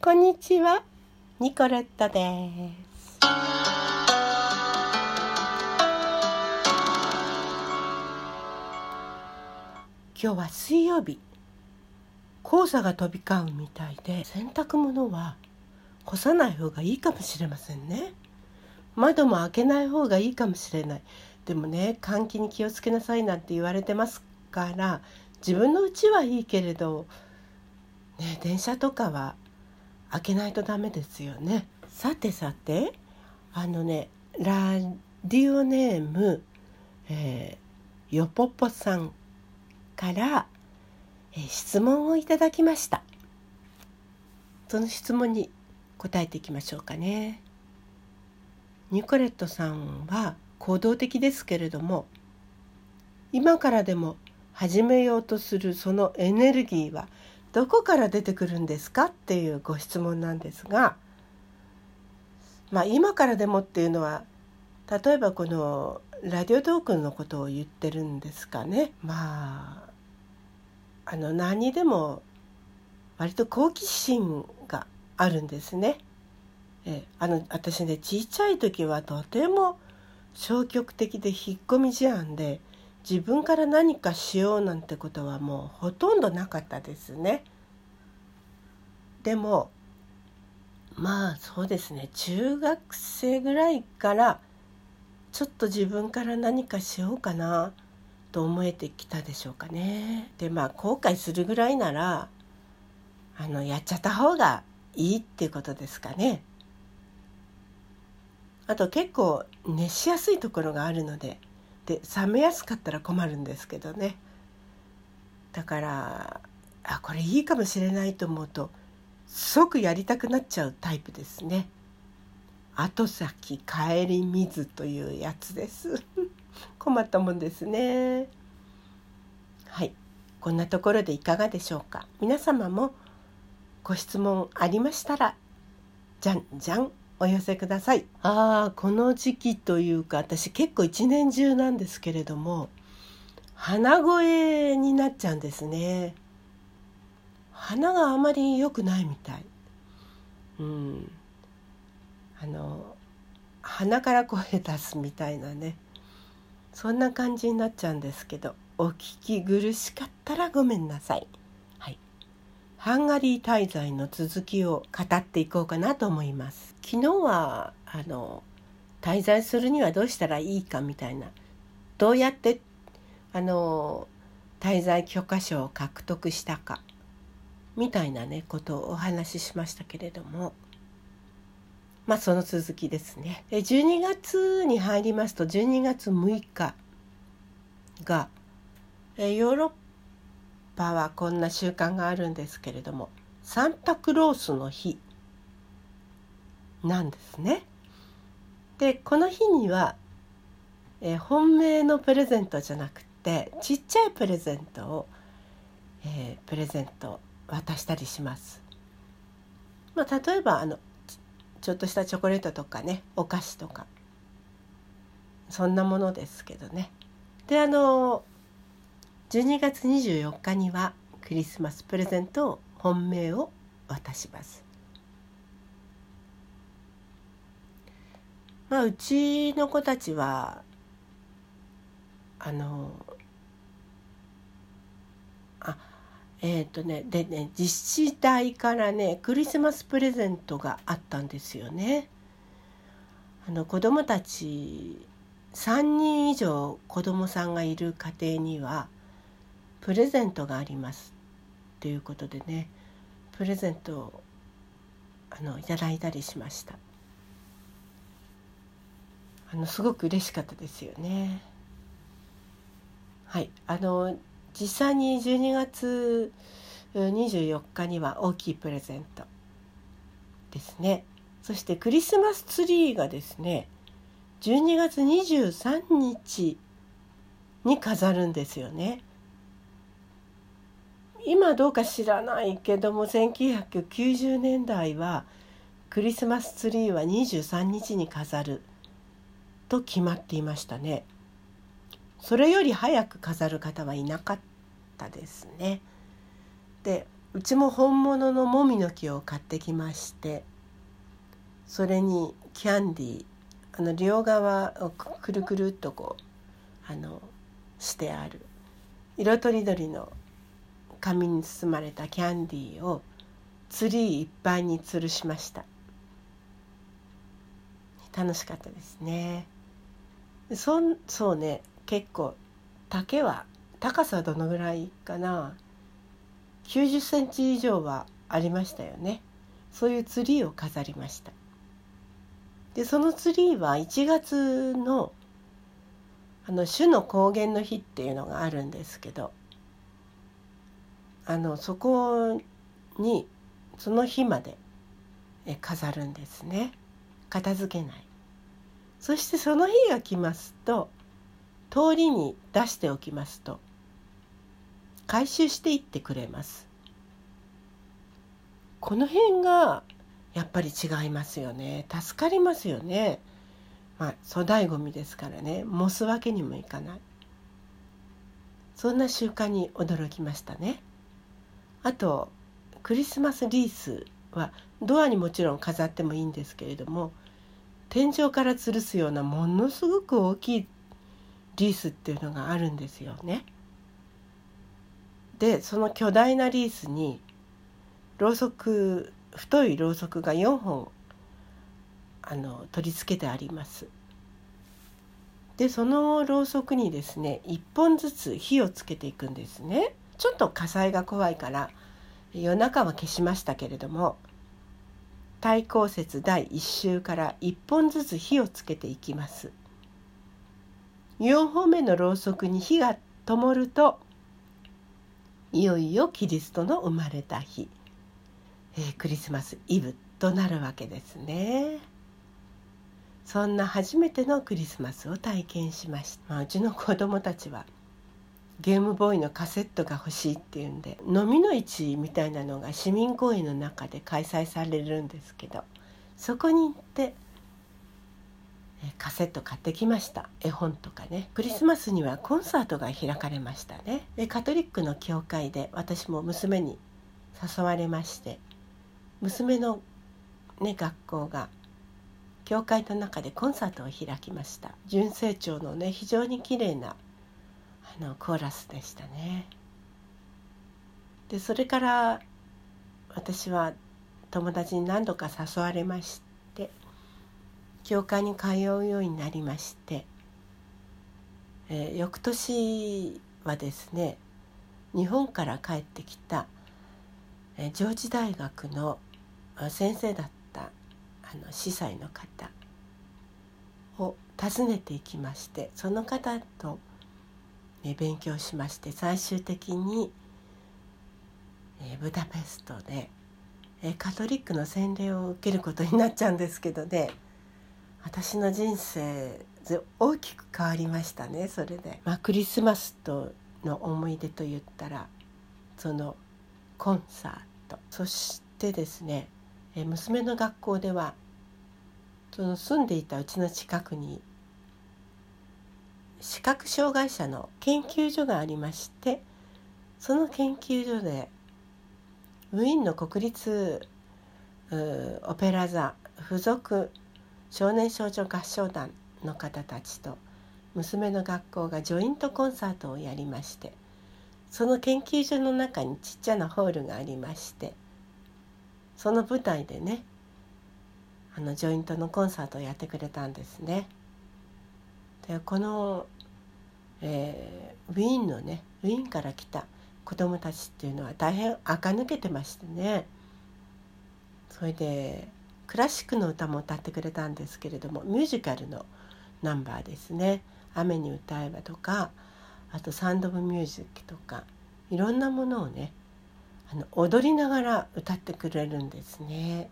こんにちは、ニコレットです。今日は水曜日、黄砂が飛び交うみたいで、洗濯物は干さない方がいいかもしれませんね。窓も開けない方がいいかもしれない。でもね、換気に気をつけなさいなんて言われてますから、自分の家はいいけれど、電車とかは開けないとダメですよね。さてラディオネーム、よぽぽさんから、質問をいただきました。その質問に答えていきましょうかね。ニコレットさんは行動的ですけれども、今からでも始めようとするそのエネルギーはどこから出てくるんですかっていうご質問なんですが、今からでもっていうのは、例えばこのラジオトークのことを言ってるんですかね。何にでも割と好奇心があるんですね。私ね、小さい時はとても消極的で引っ込み思案で、自分から何かしようなんてことはもうほとんどなかったですね。でもそうですね、中学生ぐらいからちょっと自分から何かしようかなと思えてきたでしょうかね。で後悔するぐらいならやっちゃった方がいいっていうことですかね。あと結構熱しやすいところがあるので、冷めやすかったら困るんですけどね。だからこれいいかもしれないと思うと即やりたくなっちゃうタイプですね。後先顧みずというやつです困ったもんですね。はい、こんなところでいかがでしょうか。皆様もご質問ありましたらじゃんじゃんお寄せください。この時期というか、私結構一年中なんですけれども鼻声になっちゃうんですね。鼻があまり良くないみたい。鼻から声出すみたいなね、そんな感じになっちゃうんですけど、お聞き苦しかったらごめんなさい。ハンガリー滞在の続きを語っていこうかなと思います。昨日は滞在するにはどうしたらいいかみたいな、どうやって滞在許可証を獲得したかみたいなことをお話ししましたけれども、その続きですね。12月に入りますと、12月6日がヨーロッパはこんな習慣があるんですけれども、サンタクロースの日なんですね。でこの日には、本命のプレゼントじゃなくてちっちゃいプレゼントを、渡したりします。例えばちょっとしたチョコレートとかね、お菓子とかそんなものですけどね。で12月24日にはクリスマスプレゼントを本命を渡します。うちの子たちは自治体からクリスマスプレゼントがあったんですよね。子どもたち3人以上子どもさんがいる家庭にはプレゼントがありますということでね、プレゼントをいただいたりしました。すごく嬉しかったですよね。実際に12月24日には大きいプレゼントですね。そしてクリスマスツリーがですね、12月23日に飾るんですよね。今どうか知らないけども、1990年代はクリスマスツリーは23日に飾ると決まっていましたね。それより早く飾る方はいなかったですね。でうちも本物のもみの木を買ってきまして、それにキャンディー、両側をくるくるっとしてある色とりどりの紙に包まれたキャンディーをツリーいっぱいに吊るしました。楽しかったですね。そうね、結構竹は高さはどのぐらいかな、90センチ以上はありましたよね。そういうツリーを飾りました。でそのツリーは1月の種の高原の日っていうのがあるんですけど、そこにその日まで飾るんですね。片付けない。そしてその日が来ますと、通りに出しておきますと回収していってくれます。この辺がやっぱり違いますよね。助かりますよね。粗大ごみですからね、もすわけにもいかない。そんな習慣に驚きましたね。あとクリスマスリースはドアにもちろん飾ってもいいんですけれども、天井から吊るすようなものすごく大きいリースっていうのがあるんですよね。でその巨大なリースに太いろうそくが4本取り付けてあります。でそのろうそくにですね1本ずつ火をつけていくんですね。ちょっと火災が怖いから夜中は消しましたけれども、対向節第1週から1本ずつ火をつけていきます。4本目のろうそくに火が灯ると、いよいよキリストの生まれた日、クリスマスイブとなるわけですね。そんな初めてのクリスマスを体験しました。うちの子供たちはゲームボーイのカセットが欲しいっていうんで、飲みの市みたいなのが市民公園の中で開催されるんですけど、そこに行ってカセット買ってきました。絵本とかね。クリスマスにはコンサートが開かれましたね。でカトリックの教会で私も娘に誘われまして、娘の、学校が教会の中でコンサートを開きました。純正調のね非常に綺麗なコーラスでしたね。でそれから私は友達に何度か誘われまして、教会に通うようになりまして、翌年はですね、日本から帰ってきた、上智大学の先生だった司祭の方を訪ねていきまして、その方と勉強しまして、最終的にブダペストでカトリックの洗礼を受けることになっちゃうんですけどね、私の人生大きく変わりましたね。それで、クリスマスの思い出といったらそのコンサート、そしてですね、娘の学校ではその住んでいたうちの近くに視覚障害者の研究所がありまして、その研究所でウィーンの国立オペラ座附属少年少女合唱団の方たちと娘の学校がジョイントコンサートをやりまして、その研究所の中にちっちゃなホールがありまして、その舞台でねジョイントのコンサートをやってくれたんですね。でこの、ウィーンから来た子どもたちっていうのは大変垢抜けてましてね、それでクラシックの歌も歌ってくれたんですけれども、ミュージカルのナンバーですね、雨に歌えばとか、あとサウンド・オブ・ミュージックとか、いろんなものをね踊りながら歌ってくれるんですね。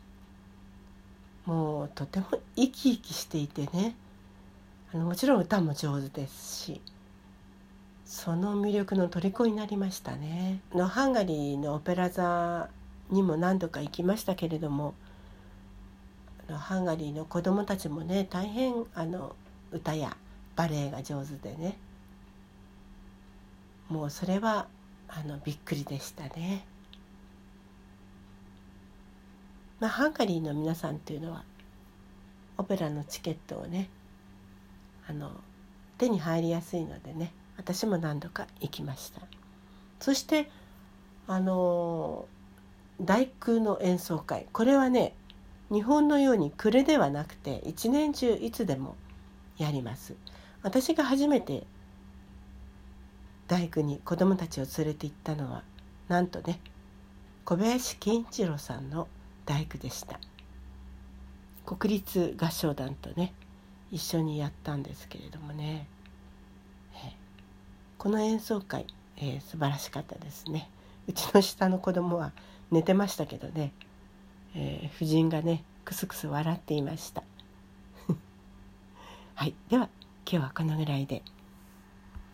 もうとても生き生きしていてね、もちろん歌も上手ですし、その魅力の虜になりましたね。ハンガリーのオペラ座にも何度か行きましたけれども、ハンガリーの子どもたちもね大変歌やバレエが上手でね、もうそれはびっくりでしたね。 ハンガリーの皆さんっていうのはオペラのチケットをね手に入りやすいのでね、私も何度か行きました。そして第9の演奏会、これはね日本のように暮れではなくて一年中いつでもやります。私が初めて大工に子どもたちを連れて行ったのはなんとね小林健一郎さんの大工でした。国立合唱団とね一緒にやったんですけれどもね、この演奏会、素晴らしかったですね。うちの下の子供は寝てましたけどね、夫人がねクスクス笑っていましたはい、では今日はこのぐらいで。